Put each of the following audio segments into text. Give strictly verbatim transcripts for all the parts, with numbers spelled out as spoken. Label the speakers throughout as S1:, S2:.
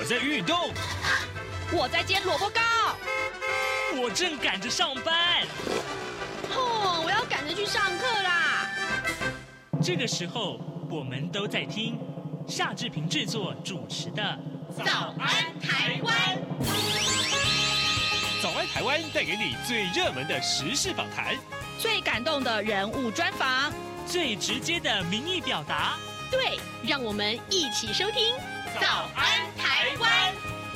S1: 在运动，
S2: 我在煎萝卜糕，
S1: 我正赶着上班。
S2: 哦，我要赶着去上课啦。
S1: 这个时候，我们都在听夏志平制作主持的《
S2: 早安台湾》。
S1: 早安台湾带给你最热门的时事访谈，
S2: 最感动的人物专访，
S1: 最直接的民意表达。
S2: 对，让我们一起收听《早安台湾》。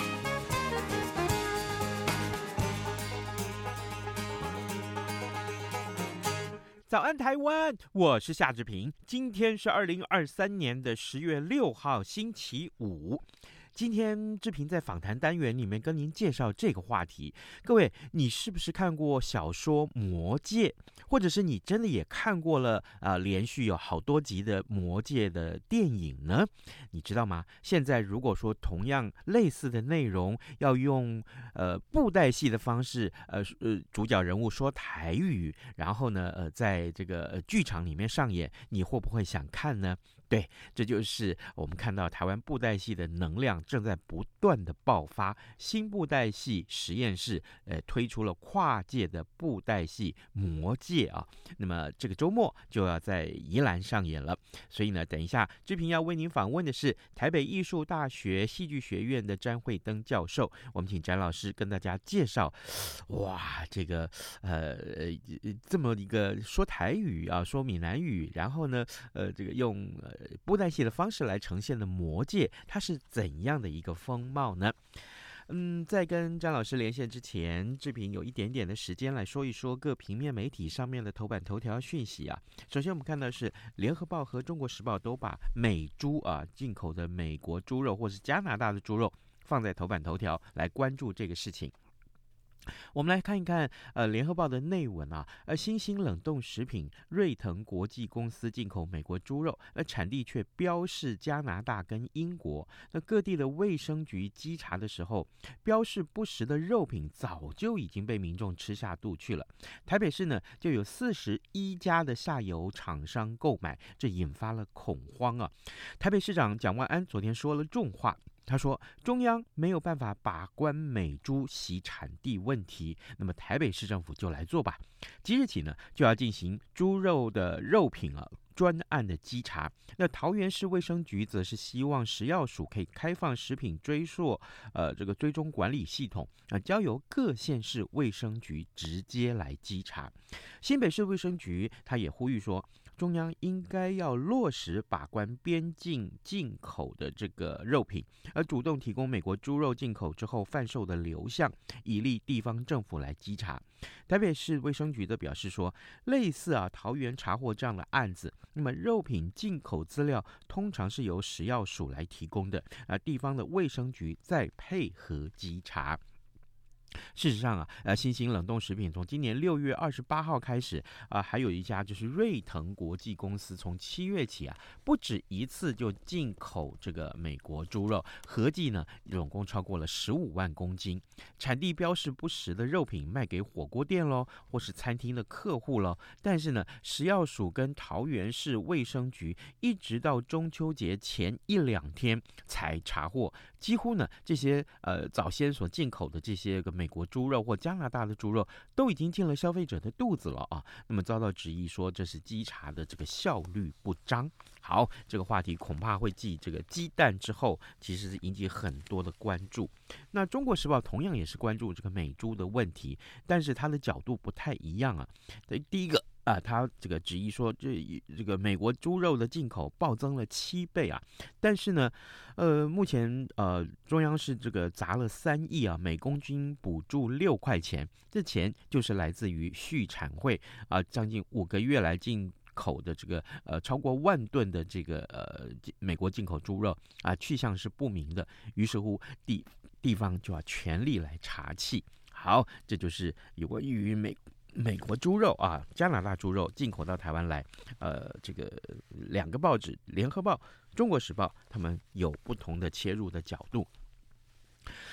S3: 早安台湾，我是夏志平。今天是二零二三年的十月六号，星期五。今天志平在访谈单元里面跟您介绍这个话题。各位，你是不是看过小说《魔戒》，或者是你真的也看过了啊、呃，连续有好多集的《魔戒》的电影呢？你知道吗？现在如果说同样类似的内容要用呃布袋戏的方式，呃呃主角人物说台语，然后呢呃在这个、呃、剧场里面上演，你会不会想看呢？对，这就是我们看到台湾布袋戏的能量正在不断的爆发。新布袋戏实验室呃推出了跨界的布袋戏魔戒啊，那么这个周末就要在宜兰上演了。所以呢，等一下志平要为您访问的是台北艺术大学戏剧学院的詹慧登教授，我们请詹老师跟大家介绍。哇，这个呃这么一个说台语啊，说闽南语，然后呢呃这个用呃布袋戏的方式来呈现的魔戒，它是怎样的一个风貌呢？嗯，在跟张老师连线之前，志平有一点点的时间来说一说各平面媒体上面的头版头条讯息啊。首先我们看到是联合报和中国时报都把美猪啊进口的美国猪肉或是加拿大的猪肉放在头版头条来关注这个事情。我们来看一看，呃，联合报的内文啊，呃，新兴冷冻食品瑞腾国际公司进口美国猪肉，那产地却标示加拿大跟英国。那各地的卫生局稽查的时候，标示不实的肉品早就已经被民众吃下肚去了。台北市呢，就有四十一家的下游厂商购买，这引发了恐慌啊。台北市长蒋万安昨天说了重话。他说中央没有办法把关美猪洗产地问题，那么台北市政府就来做吧。即日起呢，就要进行猪肉的肉品啊专案的稽查。那桃园市卫生局则是希望食药署可以开放食品追溯呃这个追踪管理系统啊、呃，交由各县市卫生局直接来稽查。新北市卫生局他也呼吁说，中央应该要落实把关边境进口的这个肉品，而主动提供美国猪肉进口之后贩售的流向，以利地方政府来稽查。台北市卫生局的表示说，类似啊桃园查获这样的案子，那么肉品进口资料通常是由食药署来提供的，啊地方的卫生局再配合稽查。事实上啊，呃，新兴冷冻食品从今年六月二十八号开始啊、呃，还有一家就是瑞腾国际公司，从七月起啊，不止一次就进口这个美国猪肉，合计呢总共超过了十五万公斤。产地标示不实的肉品卖给火锅店喽，或是餐厅的客户喽。但是呢，食药署跟桃园市卫生局一直到中秋节前一两天才查获，几乎呢这些呃早先所进口的这些个美国猪肉或加拿大的猪肉都已经进了消费者的肚子了啊，那么遭到质疑说这是稽查的这个效率不彰。好，这个话题恐怕会继这个鸡蛋之后，其实是引起很多的关注。那中国时报同样也是关注这个美猪的问题，但是它的角度不太一样啊。第一个啊，他这个质疑说，这这个美国猪肉的进口暴增了七倍啊，但是呢，呃，目前呃中央是这个砸了三亿啊，每公斤补助六块钱，这钱就是来自于畜产会啊，将近五个月来进口的这个呃超过万吨的这个呃美国进口猪肉啊，去向是不明的，于是乎地地方就要全力来查缉。好，这就是有关于美。美国猪肉啊，加拿大猪肉进口到台湾来，呃，这个两个报纸，联合报、中国时报，他们有不同的切入的角度。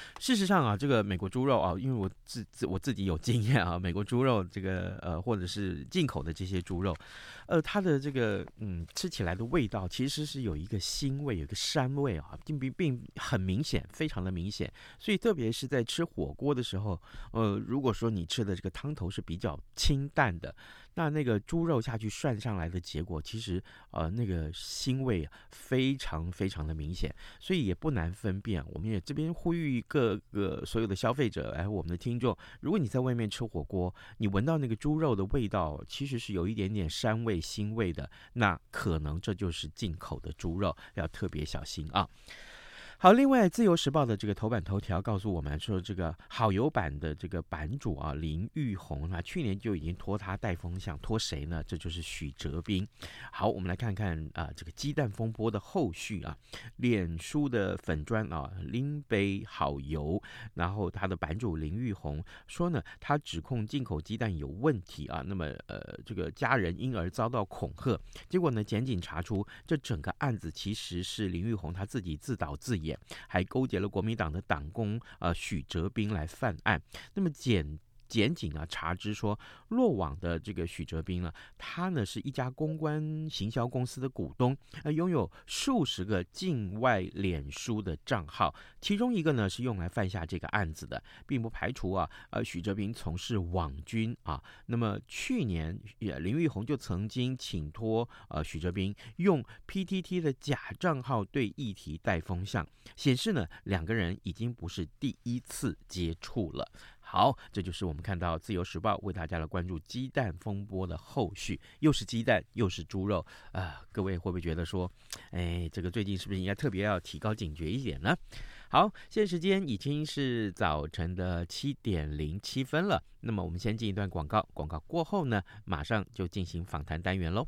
S3: 事实上啊，这个美国猪肉啊，因为我自自我自己有经验啊，美国猪肉这个呃，或者是进口的这些猪肉，呃，它的这个嗯吃起来的味道其实是有一个腥味，有一个膻味啊，并并并很明显，非常的明显。所以特别是在吃火锅的时候，呃，如果说你吃的这个汤头是比较清淡的，那那个猪肉下去涮上来的结果，其实呃那个腥味非常非常的明显，所以也不难分辨。我们也这边呼吁各个所有的消费者，哎，我们的听众，如果你在外面吃火锅，你闻到那个猪肉的味道，其实是有一点点膻味、腥味的，那可能这就是进口的猪肉，要特别小心啊。好，另外，《自由时报》的这个头版头条告诉我们说，这个好友版的这个版主啊，林玉红啊，去年就已经托他带风向，托谁呢？这就是许哲斌。好，我们来看看啊、呃，这个鸡蛋风波的后续啊，脸书的粉专啊，林杯好油，然后他的版主林玉红说呢，他指控进口鸡蛋有问题啊，那么呃，这个家人因而遭到恐吓，结果呢，检警查出这整个案子其实是林玉红他自己自导自演。还勾结了国民党的党工呃许哲斌来犯案。那么检检警啊查知说，落网的这个许哲斌呢，他呢是一家公关行销公司的股东，呃，拥有数十个境外脸书的账号，其中一个呢是用来犯下这个案子的，并不排除啊，呃，许哲斌从事网军啊。那么去年林玉红就曾经请托呃许哲斌用 P T T 的假账号对议题带风向，显示呢两个人已经不是第一次接触了。好，这就是我们看到《自由时报》为大家来关注鸡蛋风波的后续，又是鸡蛋，又是猪肉啊、呃！各位会不会觉得说，哎，这个最近是不是应该特别要提高警觉一点呢？好，现在时间已经是早晨的七点零七分了。那么我们先进一段广告，广告过后呢，马上就进行访谈单元喽。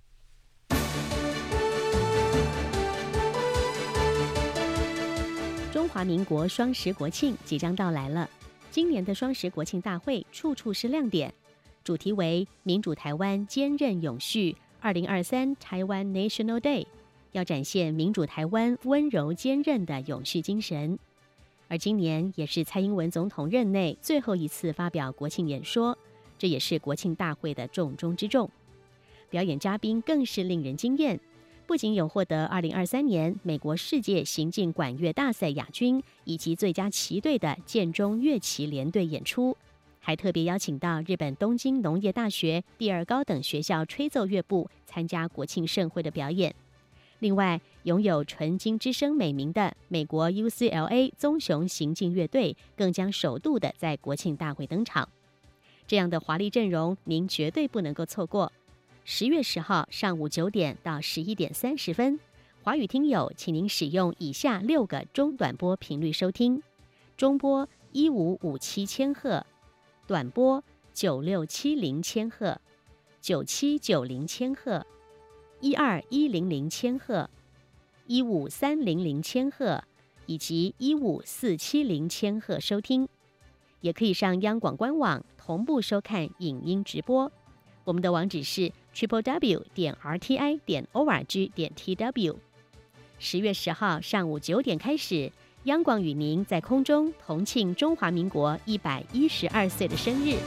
S2: 中华民国双十国庆即将到来了。今年的双十国庆大会处处是亮点，主题为民主台湾坚韧永续二零二三台湾 National Day， 要展现民主台湾温柔坚韧的永续精神。而今年也是蔡英文总统任内最后一次发表国庆演说，这也是国庆大会的重中之重。表演嘉宾更是令人惊艳，不仅有获得二零二三年美国世界行进管乐大赛亚军以及最佳旗队的建中乐旗联队演出，还特别邀请到日本东京农业大学第二高等学校吹奏乐部参加国庆盛会的表演。另外，拥有纯金之声美名的美国 U C L A 棕熊行进乐队更将首度的在国庆大会登场。这样的华丽阵容，您绝对不能够错过。十月十号上午九点到十一点三十分，华语听友，请您使用以下六个中短波频率收听：中波一五五七千赫，短波九六七零千赫，九七九零千赫，一二一零零千赫，一五三零零千赫，以及一五四七零千赫收听。也可以上央广官网同步收看影音直播。我们的网址是 triple w 点 r t i 点 o r g 点 t w。十月十号上午九点开始，央广与您在空中同庆中华民国一百一十二岁的生日。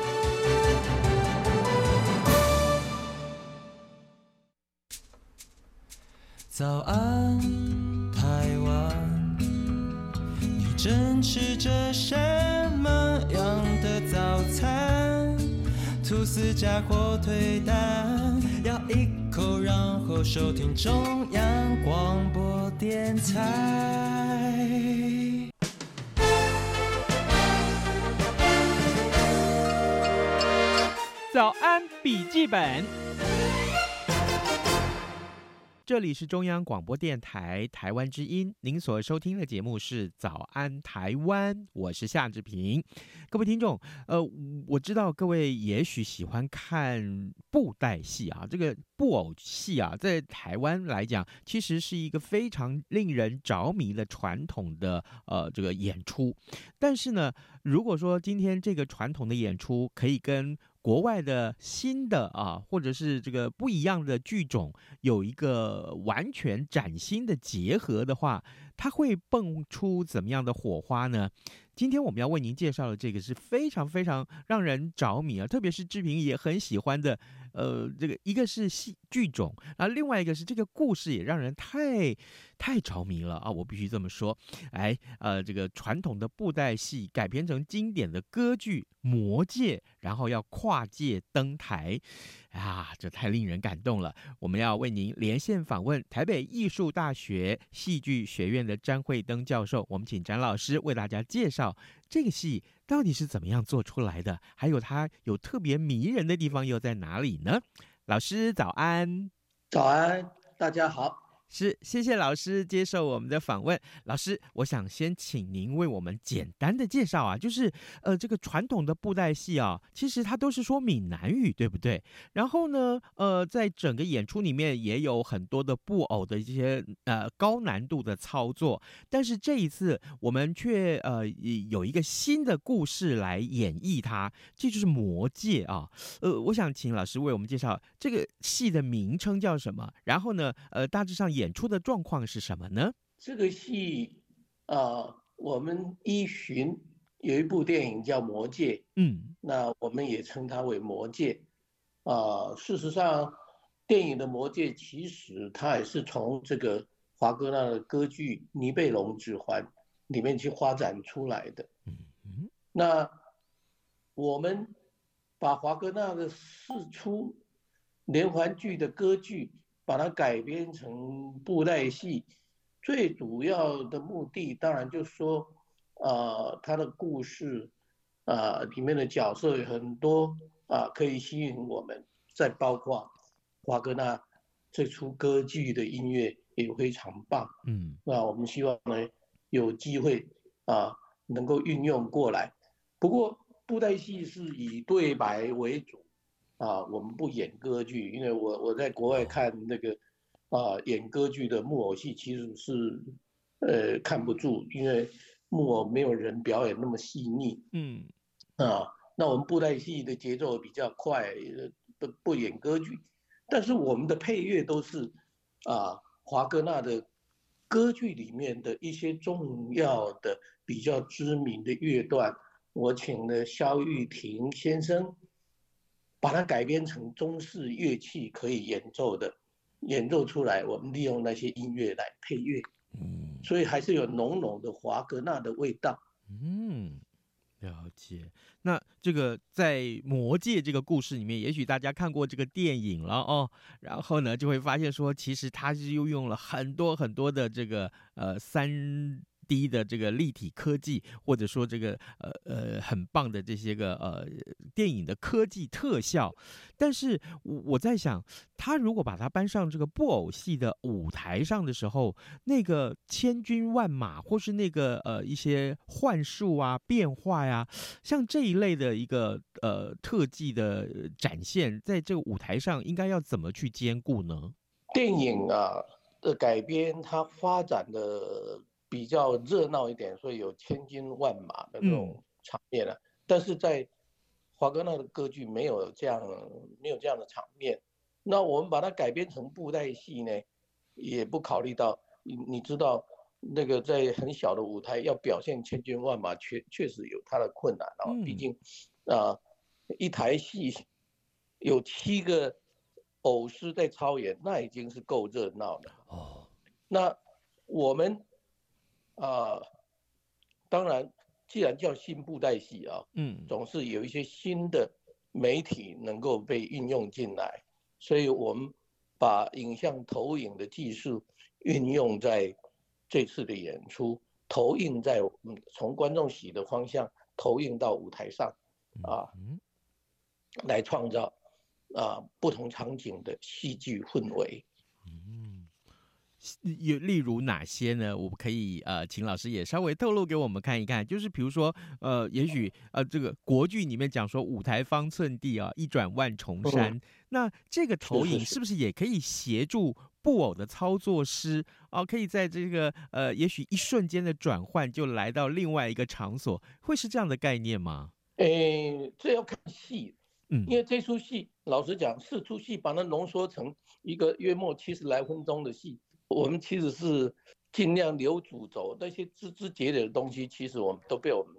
S4: 早安，台湾，你正吃着什么样的早餐？吐司加火腿蛋，咬一口，然后收听中央广播电台。
S3: 早安笔记本。这里是中央广播电台台湾之音，您所收听的节目是早安台湾，我是夏志平。各位听众，呃，我知道各位也许喜欢看布袋戏啊，这个布偶戏啊，在台湾来讲，其实是一个非常令人着迷的传统的呃这个演出。但是呢，如果说今天这个传统的演出可以跟国外的新的啊，或者是这个不一样的剧种有一个完全崭新的结合的话，它会蹦出怎么样的火花呢？ 今天我们要为您介绍的这个是非常非常让人着迷啊，特别是志平也很喜欢的。呃，这个一个是戏剧种，然后另外一个是这个故事也让人太太着迷了啊！我必须这么说。哎，呃，这个传统的布袋戏改编成经典的歌剧《魔戒》，然后要跨界登台，啊，这太令人感动了。我们要为您连线访问台北艺术大学戏剧学院的詹慧登教授，我们请詹老师为大家介绍这个戏到底是怎么样做出来的，还有它有特别迷人的地方又在哪里呢？老师早安。
S5: 早安，大家好。
S3: 是，谢谢老师接受我们的访问。老师，我想先请您为我们简单的介绍啊，就是呃，这个传统的布袋戏啊，其实它都是说闽南语，对不对？然后呢，呃，在整个演出里面也有很多的布偶的一些呃高难度的操作，但是这一次我们却呃有一个新的故事来演绎它，这就是魔戒啊。呃，我想请老师为我们介绍这个戏的名称叫什么，然后呢，呃，大致上演演出的状况是什么呢？
S5: 这个戏，呃，我们依循有一部电影叫《魔戒》，
S3: 嗯，
S5: 那我们也称它为《魔戒》。啊、呃，事实上，电影的《魔戒》其实它也是从这个华格纳的歌剧《尼贝龙指环》里面去发展出来的。
S3: 嗯嗯，
S5: 那我们把华格纳的四出连环剧的歌剧把它改编成布袋戏，最主要的目的当然就是说，呃，它的故事，呃，里面的角色有很多啊、呃，可以吸引我们。再包括华格纳这出歌剧的音乐也非常棒，嗯，那我们希望呢有机会啊、呃、能够运用过来。不过布袋戏是以对白为主。啊，我们不演歌剧，因为我我在国外看那个啊演歌剧的木偶戏，其实是呃看不住，因为木偶没有人表演那么细腻。嗯，啊，那我们布袋戏的节奏比较快，不不演歌剧，但是我们的配乐都是啊华格纳的歌剧里面的一些重要的、比较知名的乐段，我请了萧玉婷先生。把它改编成中式乐器可以演奏的，演奏出来，我们利用那些音乐来配乐，嗯，所以还是有浓浓的华格纳的味道。
S3: 嗯，了解。那这个在《魔戒》这个故事里面，也许大家看过这个电影了哦，然后呢就会发现说，其实它是又用了很多很多的这个呃三。低的这个立体科技，或者说这个呃呃很棒的这些个呃电影的科技特效，但是我在想，他如果把它搬上这个布偶戏的舞台上的时候，那个千军万马，或是那个呃一些幻术啊、变化呀、啊，像这一类的一个呃特技的展现，在这个舞台上应该要怎么去兼顾呢？
S5: 电影啊的改编，它发展的。比较热闹一点，所以有千军万马的那种场面了、啊嗯。但是在华格纳的歌剧没有这样没有这样的场面。那我们把它改编成布袋戏呢，也不考虑到你你知道那个在很小的舞台要表现千军万马，确确实有它的困难啊、嗯。毕竟啊、呃，一台戏有七个偶师在操演，那已经是够热闹了。哦，那我们。啊、呃，当然，既然叫新布袋戏啊，嗯，总是有一些新的媒体能够被运用进来，所以我们把影像投影的技术运用在这次的演出，投影在嗯从观众席的方向投影到舞台上，啊，来创造啊不同场景的戏剧氛围。
S3: 有例如哪些呢？我可以呃，请老师也稍微透露给我们看一看。就是比如说呃，也许呃，这个国剧里面讲说舞台方寸地啊，一转万重山、嗯。那这个投影是不是也可以协助布偶的操作师啊、呃？可以在这个呃，也许一瞬间的转换就来到另外一个场所，会是这样的概念吗？
S5: 诶，这要看戏。嗯，因为这出戏老实讲，四出戏把它浓缩成一个约莫七十来分钟的戏。我们其实是尽量留主轴，那些枝枝节节的东西，其实我们都被我们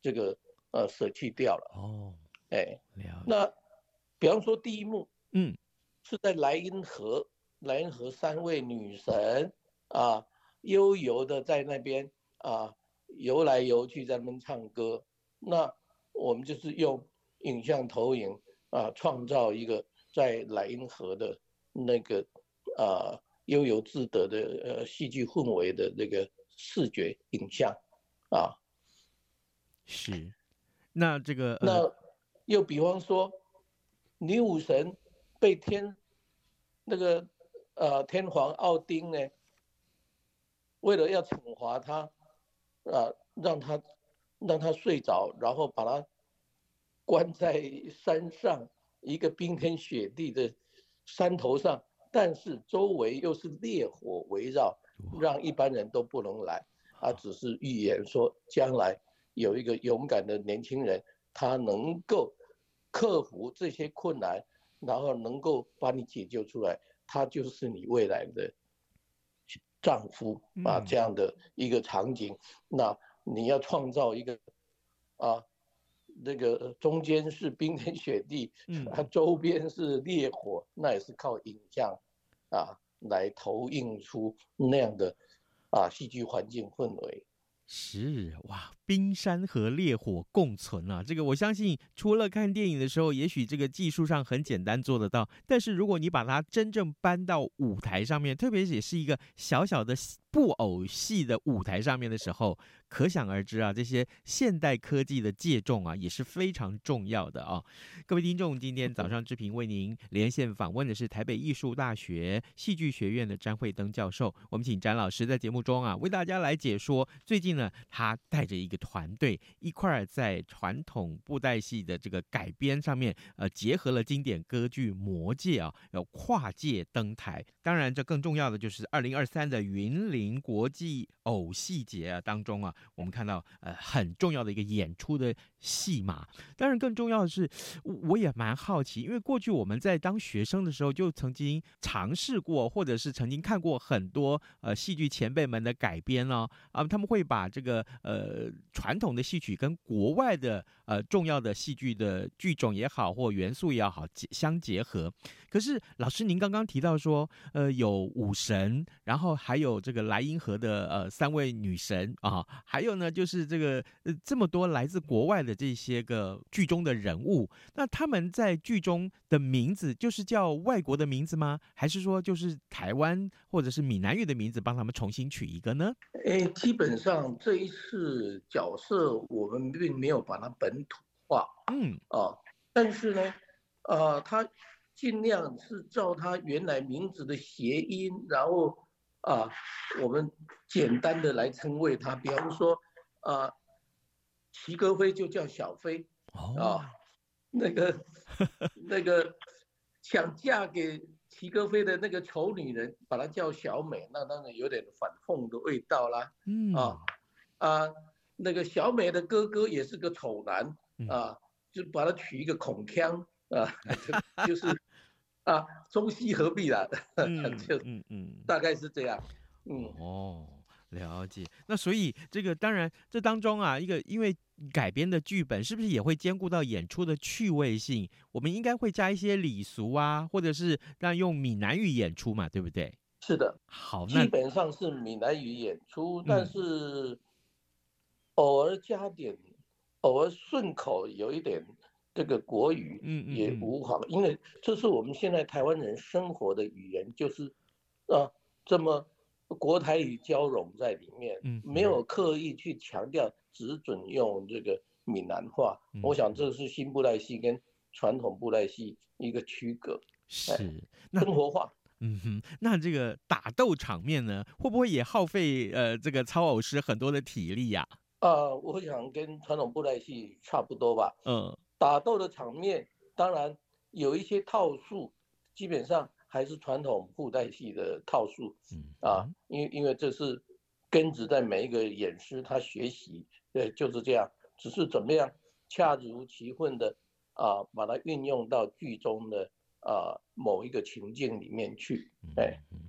S5: 这个呃舍弃掉了。
S3: 哦，
S5: 哎，
S3: 了解。
S5: 那比方说第一幕，
S3: 嗯，
S5: 是在莱茵河，莱茵河三位女神啊，悠游的在那边啊游来游去，在那边唱歌。那我们就是用影像投影啊，创造一个在莱茵河的那个啊悠游自得的呃戏剧氛围的那个视觉影像啊。
S3: 是。那这个呃，
S5: 那又比方说，女武神被天那个呃天皇奥丁呢，为了要惩罚他，啊，让他让他睡着，然后把他关在山上一个冰天雪地的山头上，但是周围又是烈火围绕，让一般人都不能来。他只是预言说，将来有一个勇敢的年轻人，他能够克服这些困难，然后能够把你解救出来，他就是你未来的丈夫啊，这样的一个场景。那你要创造一个啊，那个中间是冰天雪地，它周边是烈火，那也是靠影像啊来投映出那样的啊戏剧环境氛围。
S3: 是哇，冰山和烈火共存啊！这个我相信，除了看电影的时候，也许这个技术上很简单做得到，但是如果你把它真正搬到舞台上面，特别也是一个小小的布偶戏的舞台上面的时候，可想而知啊，这些现代科技的借重啊，也是非常重要的啊。各位听众，今天早上志平为您连线访问的是台北艺术大学戏剧学院的詹慧登教授，我们请詹老师在节目中啊，为大家来解说最近呢，他带着一个团队一块在传统布袋戏的这个改编上面，呃，结合了经典歌剧《魔戒》啊，要跨界登台。当然，这更重要的就是二零二三的云林国际偶戏节啊当中啊，我们看到呃很重要的一个演出的戏码。当然，更重要的是，我也蛮好奇，因为过去我们在当学生的时候，就曾经尝试过，或者是曾经看过很多呃戏剧前辈们的改编哦，啊，他们会把这个呃传统的戏曲跟国外的呃重要的戏剧的剧种也好，或元素也好相结合。可是老师您刚刚提到说，呃有武神，然后还有这个莱茵河的呃三位女神啊，还有呢就是这个呃这么多来自国外的这些个剧中的人物，那他们在剧中的名字就是叫外国的名字吗？还是说就是台湾或者是闽南语的名字帮他们重新取一个呢？
S5: 诶，基本上这一次角色我们并没有把它本土化，嗯啊，但是呢，呃，他尽量是照他原来名字的谐音，然后啊，我们简单的来称谓他，比方说啊，齐格飞就叫小飞，啊，那个那个想嫁给齐格飞的那个丑女人，把她叫小美，那当然有点反讽的味道啦。嗯啊啊，那个小美的哥哥也是个丑男啊，就把他取一个孔锵啊，就是啊中西合璧啦，就嗯嗯，大概是这样。嗯
S3: 哦。了解，那所以这个当然，这当中啊，一个因为改编的剧本是不是也会兼顾到演出的趣味性？我们应该会加一些礼俗啊，或者是让用闽南语演出嘛，对不对？
S5: 是的，
S3: 好，
S5: 基本上是闽南语演出，但是偶尔加点，偶尔顺口有一点这个国语，嗯也无妨，因为这是我们现在台湾人生活的语言，就是啊这么。国台语交融在里面，嗯，没有刻意去强调只准用这个闽南话，嗯、我想这是新布袋戏跟传统布袋戏一个区隔，
S3: 是
S5: 生活化。
S3: 嗯哼，那这个打斗场面呢，会不会也耗费呃这个操偶师很多的体力呀、
S5: 啊？呃，我想跟传统布袋戏差不多吧。嗯，打斗的场面当然有一些套数，基本上。还是传统布袋戏的套数，啊，因为因为这是根植在每一个演师他学习，对，就是这样，只是怎么样恰如其分的啊，把它运用到剧中的啊某一个情境里面去，哎。
S3: 嗯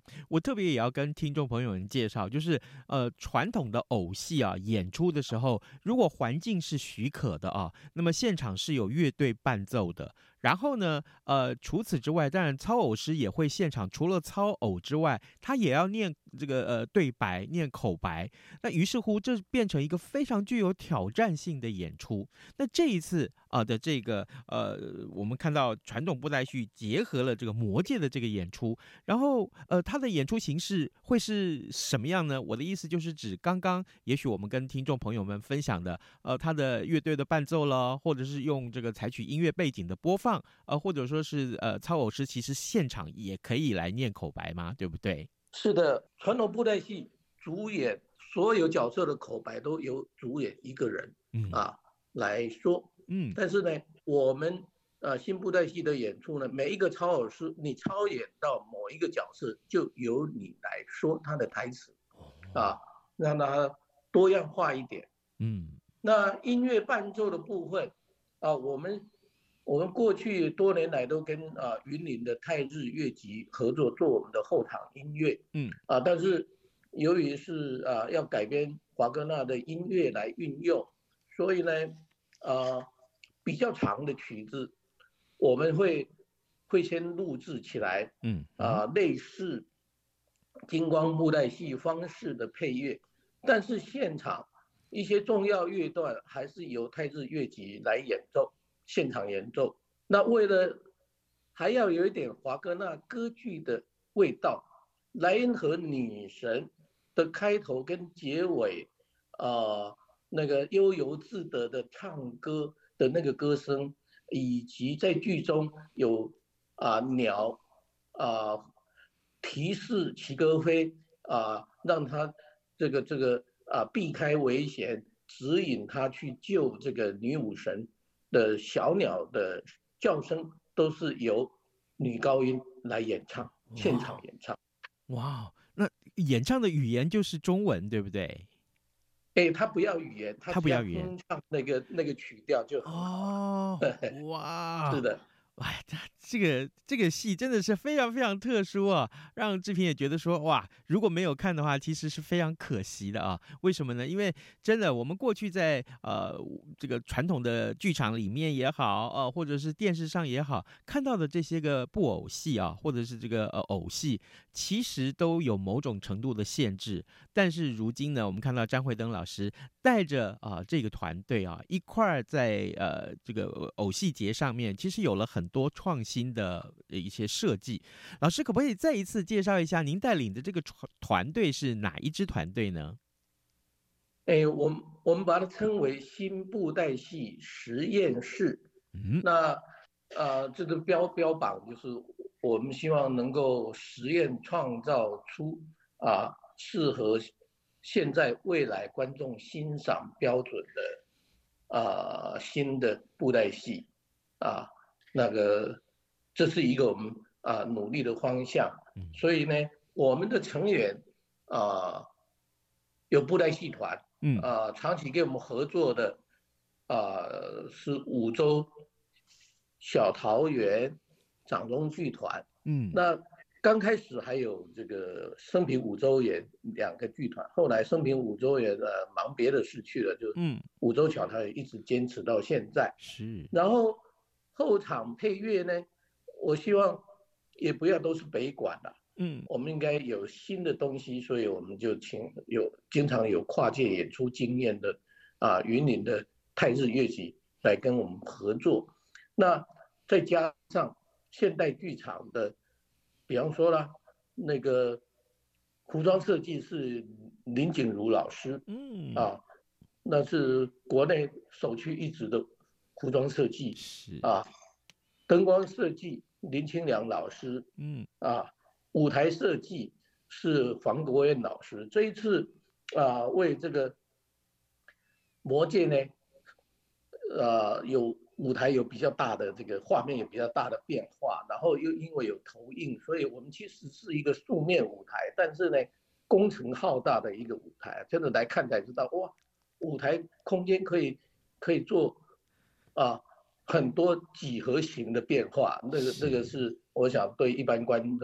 S3: 我特别也要跟听众朋友们介绍，就是呃传统的偶戏啊，演出的时候，如果环境是许可的啊，那么现场是有乐队伴奏的。然后呢，呃，除此之外，当然操偶师也会现场，除了操偶之外，他也要念这个呃对白，念口白。那于是乎，这变成一个非常具有挑战性的演出。那这一次啊、呃、的这个呃，我们看到传统布袋戏结合了这个魔界的这个演出，然后呃，它的演出形式会是什么样呢？我的意思就是指刚刚也许我们跟听众朋友们分享的，呃，他的乐队的伴奏了，或者是用这个采取音乐背景的播放。呃，或者说是呃，操偶师其实现场也可以来念口白嘛，对不对？
S5: 是的，传统布袋戏主演所有角色的口白都由主演一个人、嗯、啊来说。嗯，但是呢，我们呃新布袋戏的演出呢，每一个操偶师你操演到某一个角色，就由你来说他的台词，啊，让他多样化一点。嗯，那音乐伴奏的部分啊，我们。我们过去多年来都跟啊云林的泰日乐集合作做我们的后场音乐，嗯啊，但是由于是啊要改编华格纳的音乐来运用，所以呢啊比较长的曲子我们会会先录制起来，嗯啊类似金光布袋戏方式的配乐，但是现场一些重要乐段还是由泰日乐集来演奏。现场演奏，那为了还要有一点华格纳歌剧的味道，莱茵河女神的开头跟结尾，呃，那个悠游自得的唱歌的那个歌声，以及在剧中有啊、呃、鸟啊、呃、提示齐格飞啊、呃，让他这个这个啊、呃、避开危险，指引他去救这个女武神。的小鸟的叫声都是由女高音来演唱，现场演唱。
S3: 哇，那演唱的语言就是中文，对不对？
S5: 哎，他不要语言，
S3: 他不要语言，
S5: 唱那个那个曲调就很好。
S3: 哦，哇，
S5: 是的。
S3: 哎，这个这个戏真的是非常非常特殊啊，让志平也觉得说，哇，如果没有看的话，其实是非常可惜的啊。为什么呢？因为真的，我们过去在呃这个传统的剧场里面也好，呃，或者是电视上也好，看到的这些个布偶戏啊，或者是这个呃偶戏，其实都有某种程度的限制。但是如今呢，我们看到张惠登老师带着啊、呃、这个团队啊一块儿在呃这个偶戏节上面，其实有了很多创新的一些设计。老师可不可以再一次介绍一下您带领的这个团队是哪一支团队呢？
S5: 哎，我们我们把它称为新布袋戏实验室。嗯，那呃这个标标榜就是我们希望能够实验创造出啊适合现在未来观众欣赏标准的啊新的布袋戏啊。那个，这是一个我们啊努力的方向。所以呢，我们的成员啊有布袋戏团，嗯啊长期跟我们合作的啊是五洲小桃园掌中剧团，嗯，那刚开始还有这个生平五洲园两个剧团，后来生平五洲园呃忙别的事去了，就嗯五洲小桃园一直坚持到现在。是，然后。后场配乐呢，我希望也不要都是北管了，嗯，我们应该有新的东西，所以我们就请有经常有跨界演出经验的啊云林的泰日乐集来跟我们合作，那再加上现代剧场的，比方说啦，那个服装设计是林景如老师，嗯啊，那是国内首屈一指的。服装设计是啊，灯光设计林清良老师，嗯啊，舞台设计是黄国燕老师。这一次啊，为这个魔戒呢，呃，有舞台有比较大的这个画面有比较大的变化，然后又因为有投影，所以我们其实是一个素面舞台，但是呢，工程浩大的一个舞台，真的来看才知道哇，舞台空间可以可以做。啊，很多几何形的变化，那个那个是我想对一般观众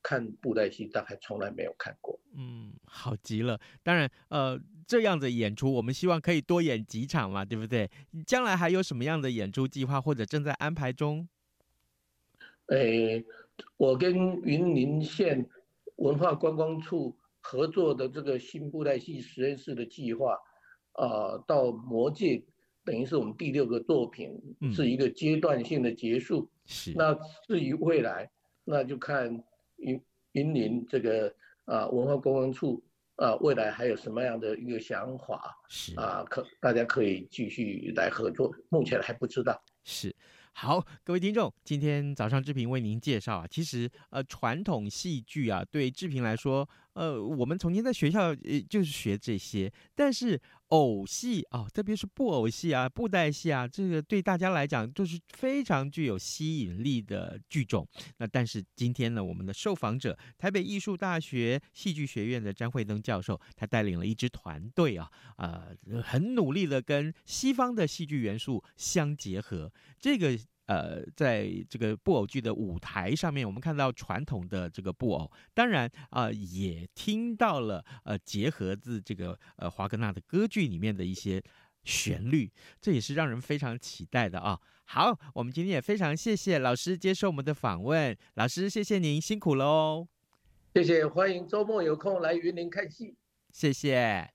S5: 看布袋戏大概从来没有看过。
S3: 嗯，好极了。当然，呃，这样的演出我们希望可以多演几场嘛，对不对？将来还有什么样的演出计划，或者正在安排中？
S5: 诶，我跟云林县文化观光处合作的这个新布袋戏实验室的计划，啊、呃，到魔界等于是我们第六个作品，嗯、是一个阶段性的结束。是。那至于未来，那就看云云林这个啊、呃、文化观光处啊、呃、未来还有什么样的一个想法，是啊、呃，可大家可以继续来合作，目前还不知道。
S3: 是。好，各位听众，今天早上志平为您介绍啊，其实呃传统戏剧啊，对志平来说，呃我们从前在学校呃就是学这些，但是偶戏啊、哦，特别是布偶戏啊、布袋戏啊，这个对大家来讲就是非常具有吸引力的剧种。那但是今天呢，我们的受访者台北艺术大学戏剧学院的詹慧登教授，他带领了一支团队啊，呃很努力的跟西方的戏剧元素相结合，这个。呃，在这个布偶剧的舞台上面，我们看到传统的这个布偶，当然啊、呃，也听到了呃，结合自这个呃华格纳的歌剧里面的一些旋律，这也是让人非常期待的啊。好，我们今天也非常谢谢老师接受我们的访问，老师谢谢您辛苦了哦。
S5: 谢谢，欢迎周末有空来云林看戏。
S3: 谢谢。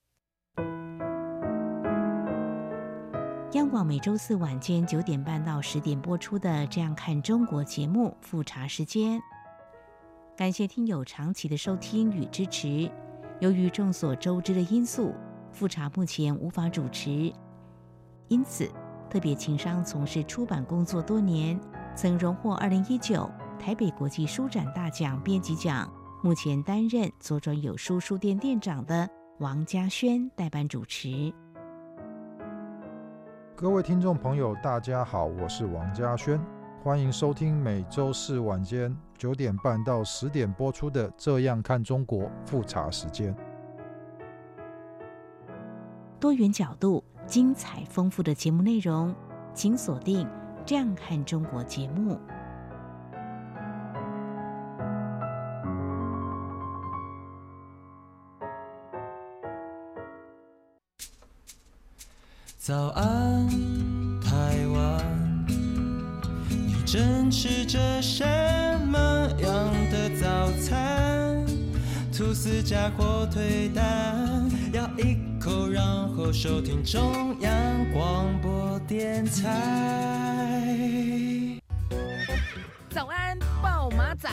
S2: 央广每周四晚间九点半到十点播出的《这样看中国》节目复查时间，感谢听友长期的收听与支持。由于众所周知的因素，复查目前无法主持，因此特别情商从事出版工作多年，曾荣获二零一九台北国际书展大奖编辑奖，目前担任左转有书书店店长的王家轩代班主持。
S6: 各位听众朋友大家好，我是王家轩，欢迎收听每周四晚间九点半到十点播出的《这样看中国》复查时间。
S2: 多元角度、精彩丰富的节目内容，请锁定《这样看中国》节目。
S4: 早安，台湾，你正吃着什么样的早餐？吐司加火腿蛋，咬一口，然后收听中央广播电台。
S7: 早安，暴马仔。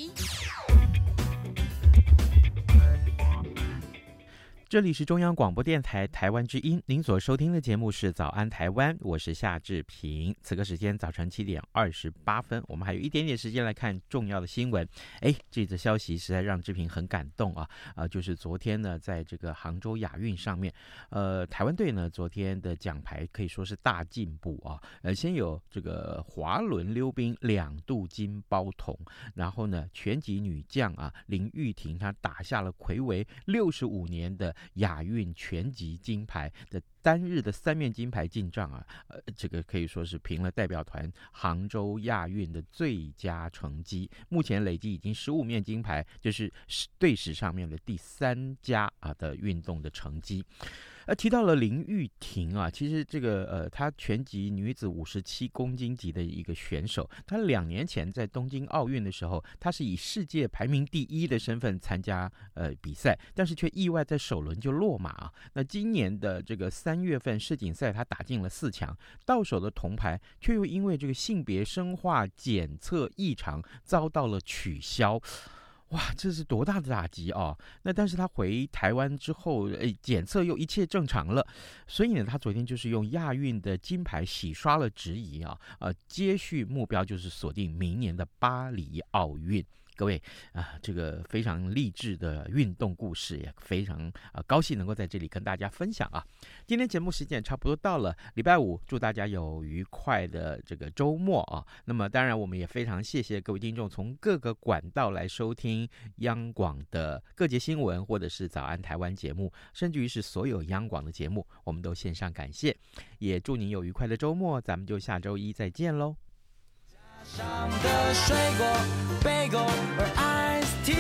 S3: 这里是中央广播电台台湾之音，您所收听的节目是早安台湾，我是夏志平。此刻时间早晨七点二十八分，我们还有一点点时间来看重要的新闻。哎，这则消息实在让志平很感动啊！呃，就是昨天呢，在这个杭州亚运上面，呃，台湾队呢昨天的奖牌可以说是大进步啊。呃，先有这个滑轮溜冰两度金包铜，然后呢，拳击女将啊林玉婷她打下了睽违六十五年的亚运拳击金牌的单日的三面金牌进账啊，呃，这个可以说是平了代表团杭州亚运的最佳成绩。目前累计已经十五面金牌，就是队史上面的第三佳啊的运动的成绩。呃，提到了林玉婷啊，其实这个呃，她拳击女子五十七公斤级的一个选手，她两年前在东京奥运的时候，她是以世界排名第一的身份参加呃比赛，但是却意外在首轮就落马啊。那今年的这个三月份世锦赛，她打进了四强，到手的铜牌却又因为这个性别生化检测异常遭到了取消。哇，这是多大的打击啊！那但是他回台湾之后，诶，检测又一切正常了，所以呢，他昨天就是用亚运的金牌洗刷了质疑啊，呃，接续目标就是锁定明年的巴黎奥运。各位啊，这个非常励志的运动故事，也非常啊高兴能够在这里跟大家分享啊。今天节目时间也差不多到了，礼拜五，祝大家有愉快的这个周末啊。那么当然，我们也非常谢谢各位听众从各个管道来收听央广的各节新闻，或者是早安台湾节目，甚至于是所有央广的节目，我们都献上感谢。也祝您有愉快的周末，咱们就下周一再见喽。
S4: 上的水果 bagel 和 iced tea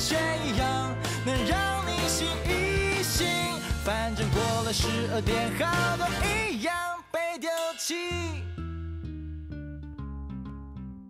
S4: 前一样，能让你醒一醒。反正过了十二点，好多一样被丢弃。